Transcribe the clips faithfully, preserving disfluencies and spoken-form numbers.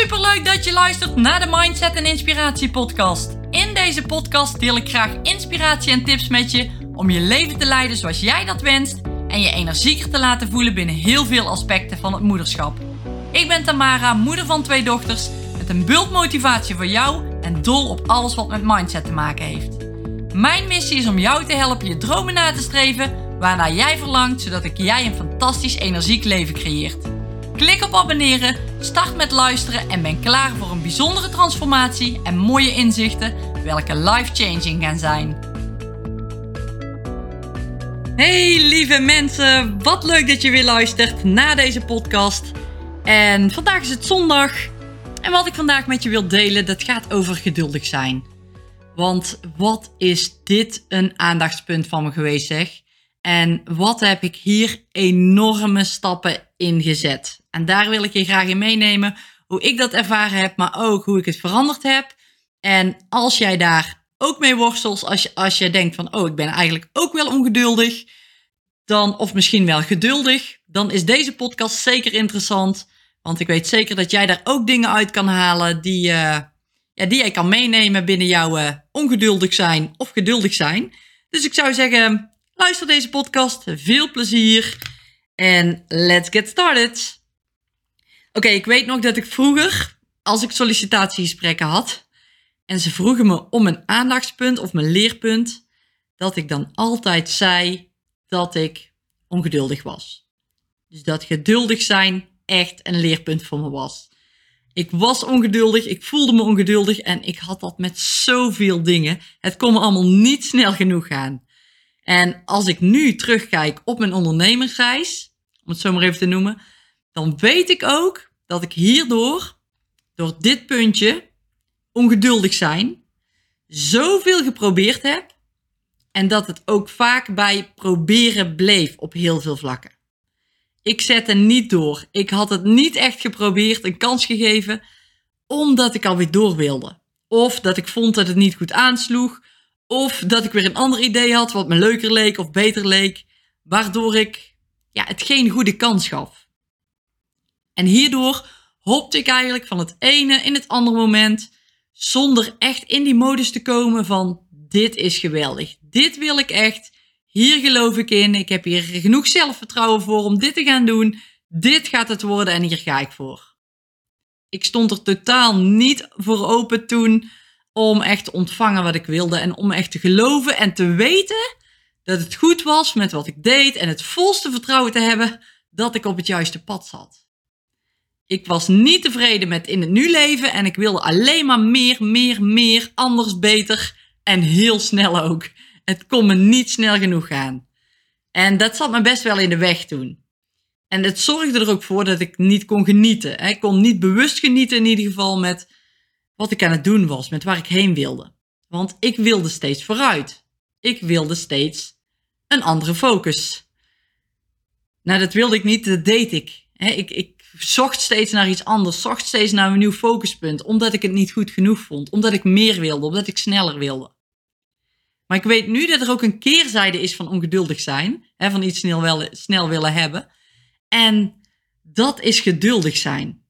Superleuk dat je luistert naar de Mindset en Inspiratie podcast. In deze podcast deel ik graag inspiratie en tips met je om je leven te leiden zoals jij dat wenst en je energieker te laten voelen binnen heel veel aspecten van het moederschap. Ik ben Tamara, moeder van twee dochters, met een bult motivatie voor jou en dol op alles wat met mindset te maken heeft. Mijn missie is om jou te helpen je dromen na te streven, waarnaar jij verlangt, zodat ik jij een fantastisch energiek leven creëert. Klik op abonneren, start met luisteren en ben klaar voor een bijzondere transformatie en mooie inzichten, welke life-changing gaan zijn. Hey lieve mensen, wat leuk dat je weer luistert naar deze podcast. En vandaag is het zondag en wat ik vandaag met je wil delen, dat gaat over geduldig zijn. Want wat is dit een aandachtspunt van me geweest zeg. En wat heb ik hier enorme stappen in gezet. En daar wil ik je graag in meenemen. Hoe ik dat ervaren heb, maar ook hoe ik het veranderd heb. En als jij daar ook mee worstelt, als je, als je denkt van, oh, ik ben eigenlijk ook wel ongeduldig. Dan, of misschien wel geduldig. Dan is deze podcast zeker interessant. Want ik weet zeker dat jij daar ook dingen uit kan halen die, uh, ja, die jij kan meenemen binnen jouw uh, ongeduldig zijn of geduldig zijn. Dus ik zou zeggen, luister deze podcast. Veel plezier. En let's get started. Oké, okay, ik weet nog dat ik vroeger, als ik sollicitatiegesprekken had, en ze vroegen me om een aandachtspunt of mijn leerpunt, dat ik dan altijd zei dat ik ongeduldig was. Dus dat geduldig zijn echt een leerpunt voor me was. Ik was ongeduldig, ik voelde me ongeduldig en ik had dat met zoveel dingen. Het kon me allemaal niet snel genoeg gaan. En als ik nu terugkijk op mijn ondernemersreis, om het zo maar even te noemen, dan weet ik ook dat ik hierdoor, door dit puntje, ongeduldig zijn, zoveel geprobeerd heb en dat het ook vaak bij proberen bleef op heel veel vlakken. Ik zette niet door. Ik had het niet echt geprobeerd, een kans gegeven, omdat ik alweer door wilde. Of dat ik vond dat het niet goed aansloeg, of dat ik weer een ander idee had wat me leuker leek of beter leek, waardoor ik ja, het geen goede kans gaf. En hierdoor hopte ik eigenlijk van het ene in het andere moment, zonder echt in die modus te komen van dit is geweldig, dit wil ik echt, hier geloof ik in, ik heb hier genoeg zelfvertrouwen voor om dit te gaan doen, dit gaat het worden en hier ga ik voor. Ik stond er totaal niet voor open toen om echt te ontvangen wat ik wilde en om echt te geloven en te weten dat het goed was met wat ik deed en het volste vertrouwen te hebben dat ik op het juiste pad zat. Ik was niet tevreden met in het nu leven en ik wilde alleen maar meer, meer, meer, anders, beter en heel snel ook. Het kon me niet snel genoeg gaan. En dat zat me best wel in de weg toen. En het zorgde er ook voor dat ik niet kon genieten. Ik kon niet bewust genieten in ieder geval met wat ik aan het doen was, met waar ik heen wilde. Want ik wilde steeds vooruit. Ik wilde steeds een andere focus. Nou, dat wilde ik niet, dat deed ik. Ik, ik zocht steeds naar iets anders, zocht steeds naar een nieuw focuspunt, omdat ik het niet goed genoeg vond, omdat ik meer wilde, omdat ik sneller wilde. Maar ik weet nu dat er ook een keerzijde is van ongeduldig zijn, van iets snel, wel, snel willen hebben. En dat is geduldig zijn.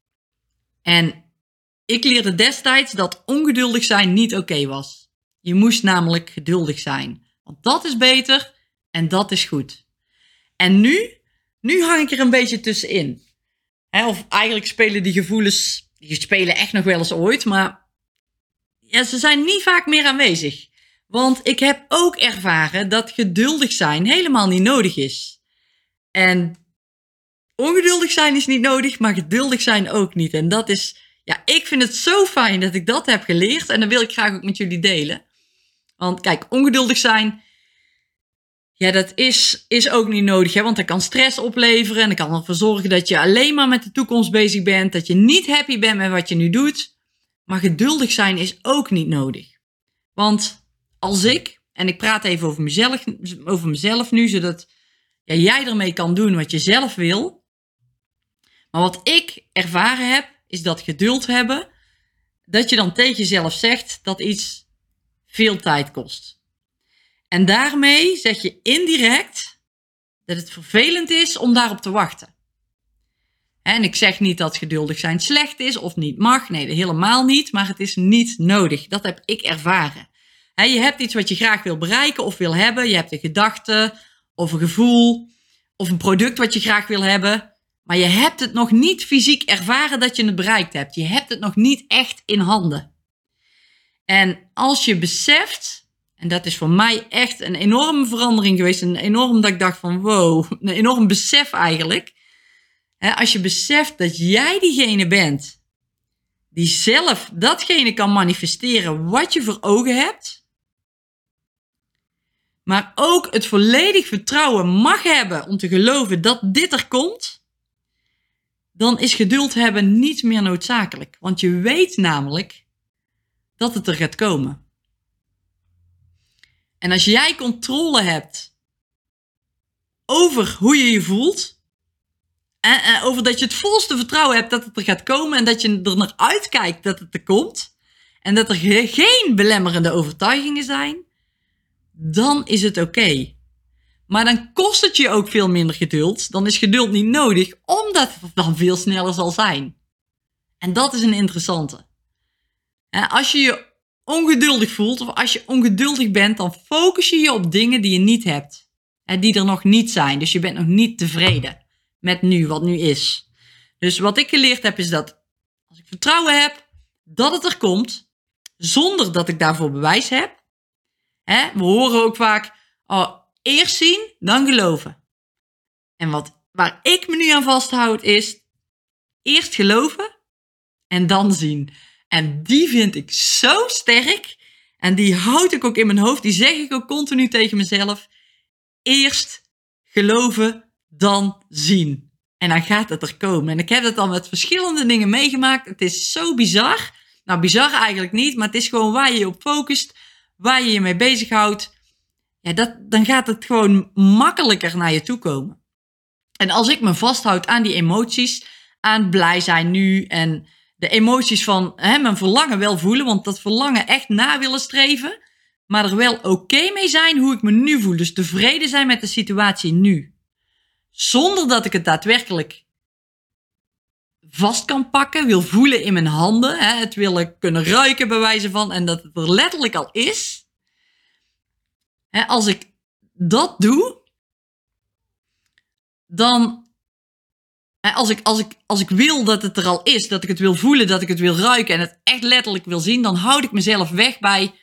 En ik leerde destijds dat ongeduldig zijn niet oké was. Je moest namelijk geduldig zijn. Want dat is beter en dat is goed. En nu, nu hang ik er een beetje tussenin. He, of eigenlijk spelen die gevoelens, die spelen echt nog wel eens ooit, maar ja, ze zijn niet vaak meer aanwezig. Want ik heb ook ervaren dat geduldig zijn helemaal niet nodig is. En ongeduldig zijn is niet nodig, maar geduldig zijn ook niet. En dat is, ja, ik vind het zo fijn dat ik dat heb geleerd en dat wil ik graag ook met jullie delen. Want kijk, ongeduldig zijn, ja, dat is, is ook niet nodig, hè? Want dat kan stress opleveren en dat kan ervoor zorgen dat je alleen maar met de toekomst bezig bent, dat je niet happy bent met wat je nu doet. Maar geduldig zijn is ook niet nodig. Want als ik, en ik praat even over mezelf, over mezelf nu, zodat ja, jij ermee kan doen wat je zelf wil. Maar wat ik ervaren heb, is dat geduld hebben, dat je dan tegen jezelf zegt dat iets veel tijd kost. En daarmee zeg je indirect dat het vervelend is om daarop te wachten. En ik zeg niet dat geduldig zijn slecht is of niet mag. Nee, helemaal niet. Maar het is niet nodig. Dat heb ik ervaren. Je hebt iets wat je graag wil bereiken of wil hebben. Je hebt een gedachte of een gevoel of een product wat je graag wil hebben. Maar je hebt het nog niet fysiek ervaren dat je het bereikt hebt. Je hebt het nog niet echt in handen. En als je beseft, en dat is voor mij echt een enorme verandering geweest. Een enorm dat ik dacht van wow, een enorm besef eigenlijk. Als je beseft dat jij diegene bent die zelf datgene kan manifesteren wat je voor ogen hebt. Maar ook het volledig vertrouwen mag hebben om te geloven dat dit er komt. Dan is geduld hebben niet meer noodzakelijk. Want je weet namelijk dat het er gaat komen. En als jij controle hebt over hoe je je voelt. En, en over dat je het volste vertrouwen hebt dat het er gaat komen. En dat je er naar uitkijkt dat het er komt. En dat er ge- geen belemmerende overtuigingen zijn. Dan is het oké. Okay. Maar dan kost het je ook veel minder geduld. Dan is geduld niet nodig, omdat het dan veel sneller zal zijn. En dat is een interessante. Als je je ongeduldig voelt, of als je ongeduldig bent, dan focus je je op dingen die je niet hebt. Die er nog niet zijn. Dus je bent nog niet tevreden met nu, wat nu is. Dus wat ik geleerd heb, is dat als ik vertrouwen heb dat het er komt, zonder dat ik daarvoor bewijs heb. Hè, we horen ook vaak, oh, eerst zien, dan geloven. En wat, waar ik me nu aan vasthoud is, eerst geloven en dan zien. En die vind ik zo sterk. En die houd ik ook in mijn hoofd. Die zeg ik ook continu tegen mezelf. Eerst geloven, dan zien. En dan gaat het er komen. En ik heb het al met verschillende dingen meegemaakt. Het is zo bizar. Nou, bizar eigenlijk niet. Maar het is gewoon waar je je op focust. Waar je je mee bezighoudt. Ja, dat, dan gaat het gewoon makkelijker naar je toe komen. En als ik me vasthoud aan die emoties. Aan blij zijn nu. En de emoties van hè, mijn verlangen wel voelen. Want dat verlangen echt na willen streven. Maar er wel oké mee zijn hoe ik me nu voel. Dus tevreden zijn met de situatie nu. Zonder dat ik het daadwerkelijk vast kan pakken. Wil voelen in mijn handen. Hè, het willen kunnen ruiken bij wijze van. En dat het er letterlijk al is. Hè, als ik dat doe. Dan. Hè, als, ik, als, ik, als ik wil dat het er al is. Dat ik het wil voelen. Dat ik het wil ruiken. En het echt letterlijk wil zien. Dan houd ik mezelf weg bij.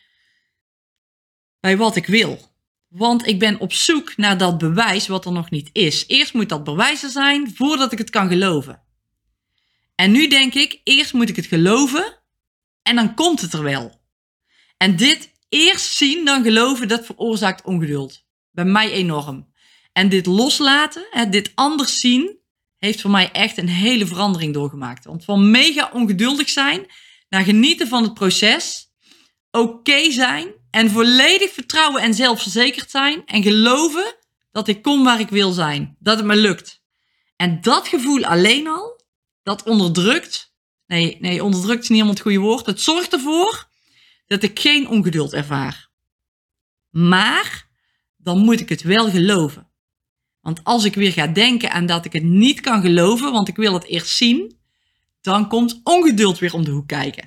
Bij wat ik wil. Want ik ben op zoek naar dat bewijs wat er nog niet is. Eerst moet dat bewijs er zijn voordat ik het kan geloven. En nu denk ik, eerst moet ik het geloven en dan komt het er wel. En dit eerst zien dan geloven, dat veroorzaakt ongeduld. Bij mij enorm. En dit loslaten, dit anders zien, heeft voor mij echt een hele verandering doorgemaakt. Want van mega ongeduldig zijn naar genieten van het proces, oké zijn en volledig vertrouwen en zelfverzekerd zijn en geloven dat ik kom waar ik wil zijn. Dat het me lukt. En dat gevoel alleen al, dat onderdrukt, nee, nee, onderdrukt is niet helemaal het goede woord. Het zorgt ervoor dat ik geen ongeduld ervaar. Maar dan moet ik het wel geloven. Want als ik weer ga denken aan dat ik het niet kan geloven, want ik wil het eerst zien, dan komt ongeduld weer om de hoek kijken.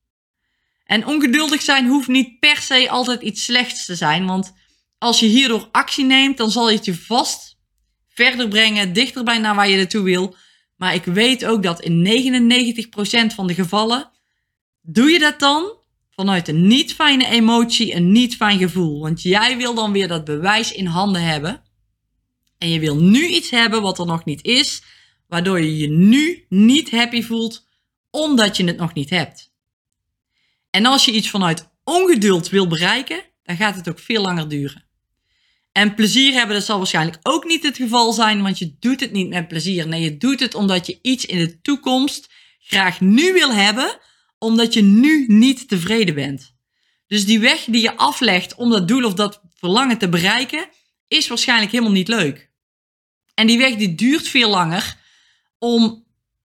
En ongeduldig zijn hoeft niet per se altijd iets slechts te zijn. Want als je hierdoor actie neemt, dan zal het je vast verder brengen, dichterbij naar waar je naartoe wil. Maar ik weet ook dat in negenennegentig procent van de gevallen doe je dat dan vanuit een niet fijne emotie, een niet fijn gevoel. Want jij wil dan weer dat bewijs in handen hebben. En je wil nu iets hebben wat er nog niet is, waardoor je je nu niet happy voelt, omdat je het nog niet hebt. En als je iets vanuit ongeduld wil bereiken, dan gaat het ook veel langer duren. En plezier hebben, dat zal waarschijnlijk ook niet het geval zijn, want je doet het niet met plezier. Nee, je doet het omdat je iets in de toekomst graag nu wil hebben, omdat je nu niet tevreden bent. Dus die weg die je aflegt om dat doel of dat verlangen te bereiken, is waarschijnlijk helemaal niet leuk. En die weg die duurt veel langer om...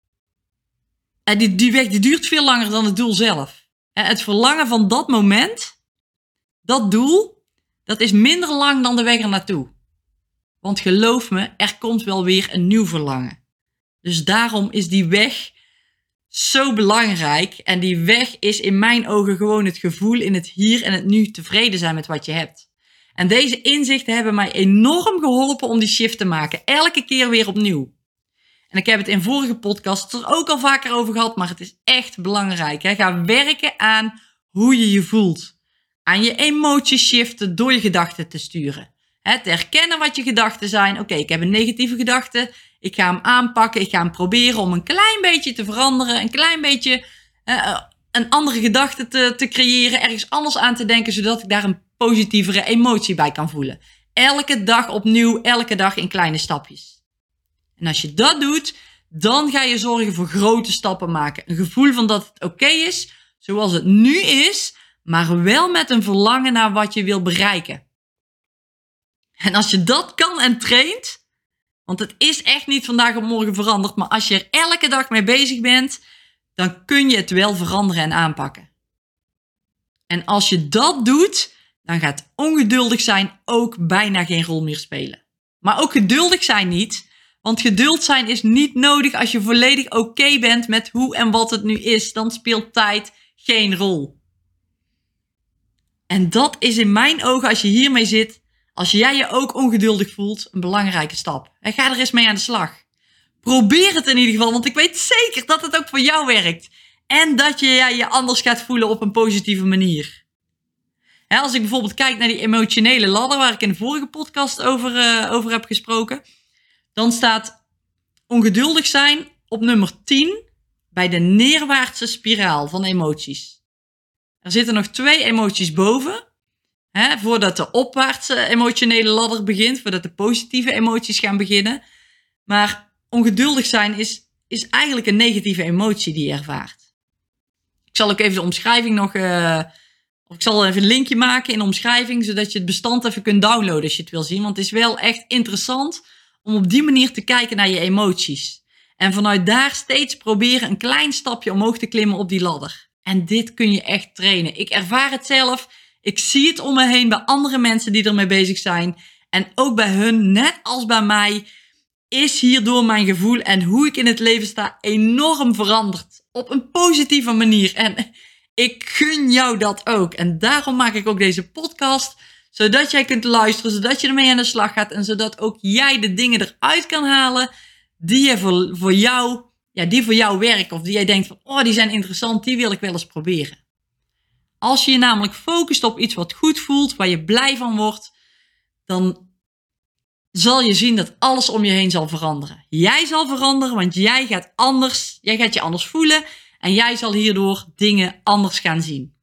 Die, die weg die duurt veel langer dan het doel zelf. Het verlangen van dat moment, dat doel, dat is minder lang dan de weg er naartoe. Want geloof me, er komt wel weer een nieuw verlangen. Dus daarom is die weg zo belangrijk. En die weg is in mijn ogen gewoon het gevoel in het hier en het nu tevreden zijn met wat je hebt. En deze inzichten hebben mij enorm geholpen om die shift te maken. Elke keer weer opnieuw. En ik heb het in vorige podcasts er ook al vaker over gehad, maar het is echt belangrijk. Hè? Ga werken aan hoe je je voelt. Aan je emoties shiften door je gedachten te sturen. Hè? Te herkennen wat je gedachten zijn. Oké, okay, ik heb een negatieve gedachte. Ik ga hem aanpakken. Ik ga hem proberen om een klein beetje te veranderen. Een klein beetje uh, een andere gedachte te, te creëren. Ergens anders aan te denken, zodat ik daar een positievere emotie bij kan voelen. Elke dag opnieuw, elke dag in kleine stapjes. En als je dat doet, dan ga je zorgen voor grote stappen maken. Een gevoel van dat het oké okay is, zoals het nu is, maar wel met een verlangen naar wat je wil bereiken. En als je dat kan en traint, want het is echt niet vandaag op morgen veranderd, maar als je er elke dag mee bezig bent, dan kun je het wel veranderen en aanpakken. En als je dat doet, dan gaat ongeduldig zijn ook bijna geen rol meer spelen. Maar ook geduldig zijn niet. Want geduld zijn is niet nodig als je volledig oké okay bent met hoe en wat het nu is. Dan speelt tijd geen rol. En dat is in mijn ogen, als je hiermee zit, als jij je ook ongeduldig voelt, een belangrijke stap. En ga er eens mee aan de slag. Probeer het in ieder geval, want ik weet zeker dat het ook voor jou werkt. En dat je ja, je anders gaat voelen op een positieve manier. He, als ik bijvoorbeeld kijk naar die emotionele ladder, waar ik in de vorige podcast over, uh, over heb gesproken, dan staat ongeduldig zijn op nummer tien bij de neerwaartse spiraal van emoties. Er zitten nog twee emoties boven, hè, voordat de opwaartse emotionele ladder begint, voordat de positieve emoties gaan beginnen. Maar ongeduldig zijn is, is eigenlijk een negatieve emotie die je ervaart. Ik zal ook even de omschrijving nog, uh, of ik zal even een linkje maken in de omschrijving, zodat je het bestand even kunt downloaden als je het wil zien. Want het is wel echt interessant om op die manier te kijken naar je emoties. En vanuit daar steeds proberen een klein stapje omhoog te klimmen op die ladder. En dit kun je echt trainen. Ik ervaar het zelf. Ik zie het om me heen bij andere mensen die ermee bezig zijn. En ook bij hun, net als bij mij, is hierdoor mijn gevoel en hoe ik in het leven sta enorm veranderd. Op een positieve manier. En ik gun jou dat ook. En daarom maak ik ook deze podcast, zodat jij kunt luisteren, zodat je ermee aan de slag gaat en zodat ook jij de dingen eruit kan halen die je voor, voor jou, ja, die voor jou werken. Of die jij denkt van, oh, die zijn interessant, die wil ik wel eens proberen. Als je je namelijk focust op iets wat goed voelt, waar je blij van wordt, dan zal je zien dat alles om je heen zal veranderen. Jij zal veranderen, want jij gaat anders, jij gaat je anders voelen en jij zal hierdoor dingen anders gaan zien.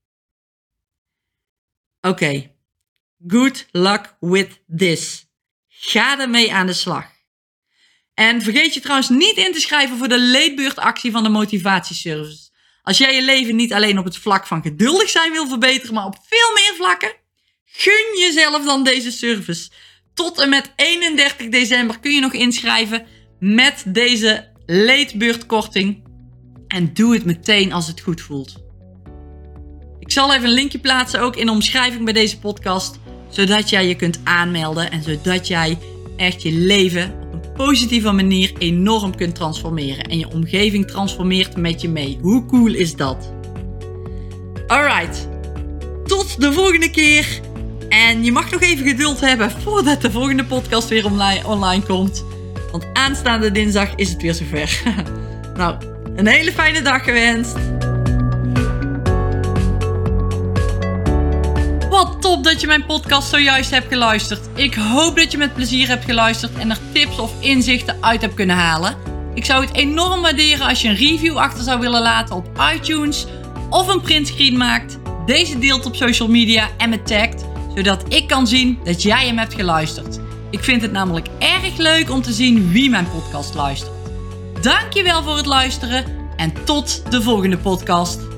Oké. Okay. Good luck with this. Ga ermee aan de slag. En vergeet je trouwens niet in te schrijven voor de leedbeurtactie van de motivatieservice. Als jij je leven niet alleen op het vlak van geduldig zijn wil verbeteren, maar op veel meer vlakken, gun jezelf dan deze service. Tot en met eenendertig december kun je nog inschrijven met deze leedbeurtkorting. En doe het meteen als het goed voelt. Ik zal even een linkje plaatsen ook in de omschrijving bij deze podcast, zodat jij je kunt aanmelden en zodat jij echt je leven op een positieve manier enorm kunt transformeren. En je omgeving transformeert met je mee. Hoe cool is dat? Alright, tot de volgende keer. En je mag nog even geduld hebben voordat de volgende podcast weer online, online komt. Want aanstaande dinsdag is het weer zover. Nou, een hele fijne dag gewenst. Wat top dat je mijn podcast zojuist hebt geluisterd. Ik hoop dat je met plezier hebt geluisterd en er tips of inzichten uit hebt kunnen halen. Ik zou het enorm waarderen als je een review achter zou willen laten op iTunes of een printscreen maakt, deze deelt op social media en me tagt, zodat ik kan zien dat jij hem hebt geluisterd. Ik vind het namelijk erg leuk om te zien wie mijn podcast luistert. Dankjewel voor het luisteren en tot de volgende podcast.